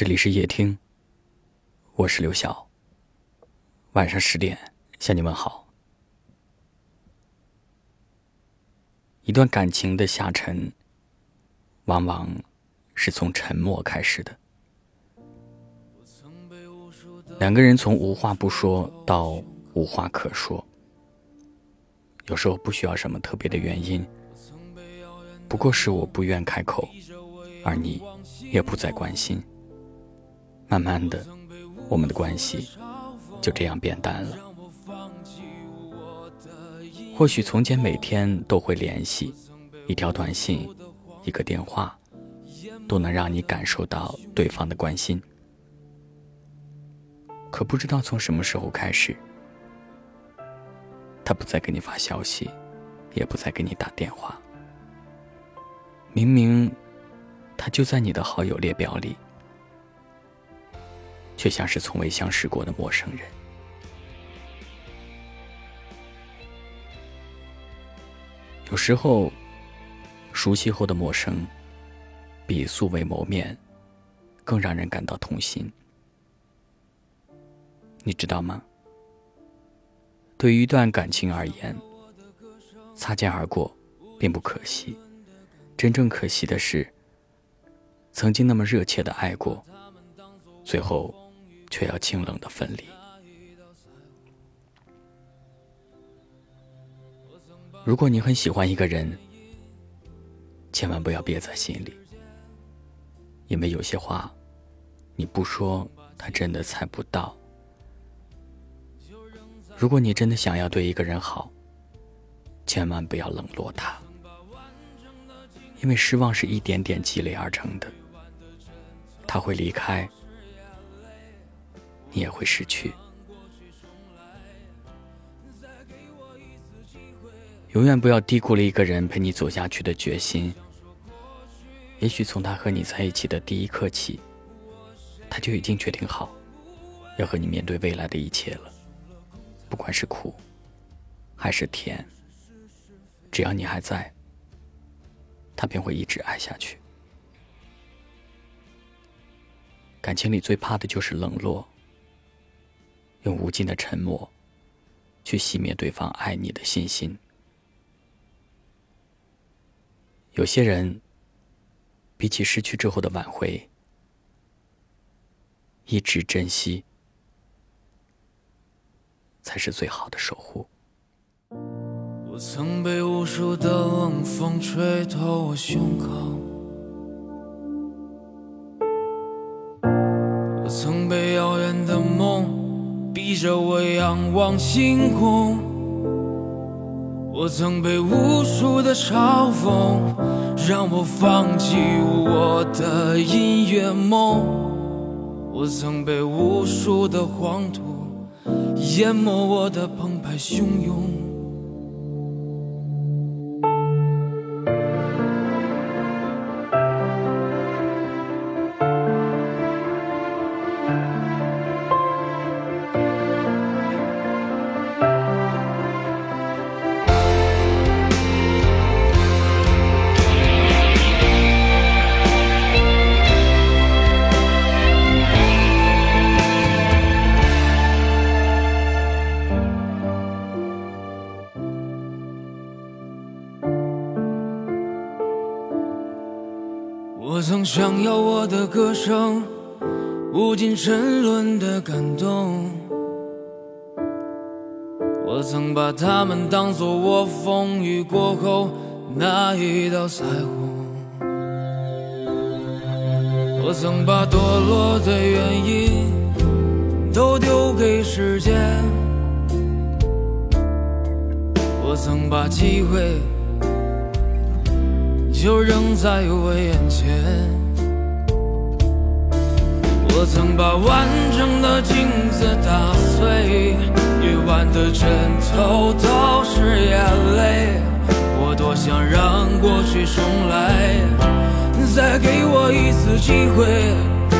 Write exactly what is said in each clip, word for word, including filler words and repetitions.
这里是夜听，我是刘晓。晚上十点向你问好。一段感情的下沉，往往是从沉默开始的。两个人从无话不说到无话可说，有时候不需要什么特别的原因，不过是我不愿开口，而你也不再关心。慢慢的，我们的关系就这样变淡了。或许从前每天都会联系，一条短信，一个电话，都能让你感受到对方的关心。可不知道从什么时候开始，他不再给你发消息，也不再给你打电话。明明他就在你的好友列表里，却像是从未相识过的陌生人。有时候，熟悉后的陌生，比素未谋面更让人感到痛心。你知道吗？对于一段感情而言，擦肩而过并不可惜，真正可惜的是，曾经那么热切的爱过，最后却要清冷的分离。如果你很喜欢一个人，千万不要憋在心里，因为有些话你不说，他真的猜不到。如果你真的想要对一个人好，千万不要冷落他，因为失望是一点点积累而成的，他会离开，你也会失去。永远不要低估了一个人陪你走下去的决心。也许从他和你在一起的第一刻起，他就已经决定好要和你面对未来的一切了。不管是苦还是甜，只要你还在，他便会一直爱下去。感情里最怕的就是冷落，用无尽的沉默去熄灭对方爱你的信心。有些人比起失去之后的挽回，一直珍惜才是最好的守护。 我曾被无数的冷风吹透我胸口，我曾被遥远的梦逼着我仰望星空，我曾被无数的嘲讽让我放弃我的音乐梦，我曾被无数的黄土淹没我的澎湃汹涌。我曾想要我的歌声无尽沉沦的感动，我曾把它们当作我风雨过后那一道彩虹，我曾把堕落的原因都丢给时间，我曾把机会就扔在我眼前，我曾把完整的镜子打碎，夜晚的枕头都是眼泪，我多想让过去重来，再给我一次机会。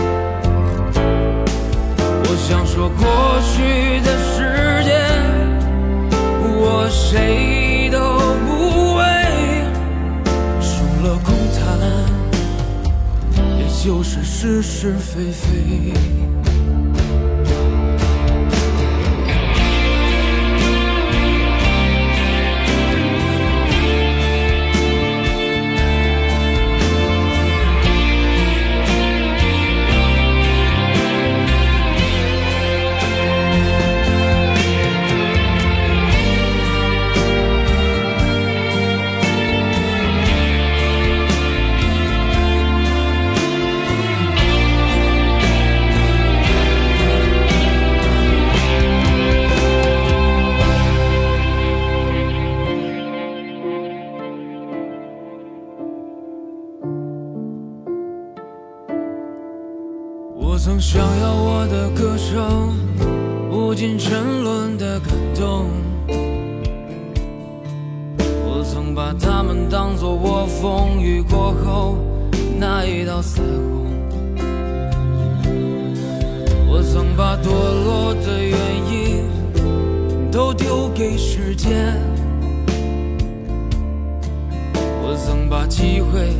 我想说过去的时间我谁都不为，输了空谈也就是是是非非。我曾想要我的歌声无尽沉沦的感动，我曾把它们当作我风雨过后那一道彩虹，我曾把堕落的原因都丢给时间，我曾把机会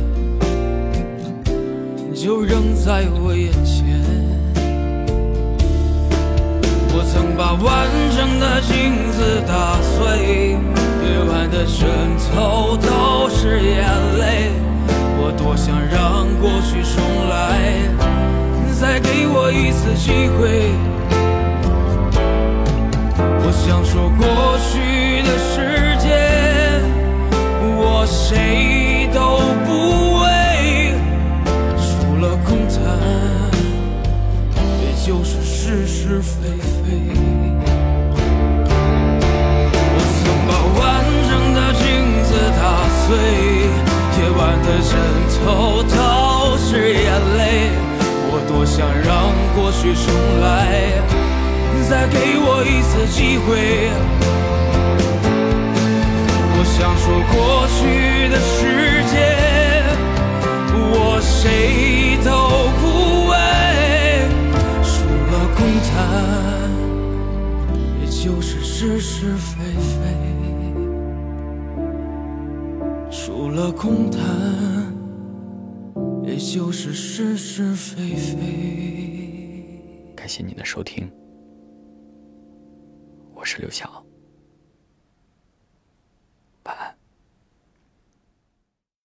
就扔在我眼前，我曾把完整的镜子打碎，夜晚的枕头都是眼泪，我多想让过去重来，再给我一次机会，我想说过去的时间我谁都不为，除了空谈也就是是是非非，我曾把完整的镜子打碎，夜晚的枕头都是眼泪，我多想让过去重来，再给我一次机会，我想说过去的时间我谁都不为，除了空谈也就是是是非非，除了空谈也就是是是非非。 感谢你的收听，我是刘晓。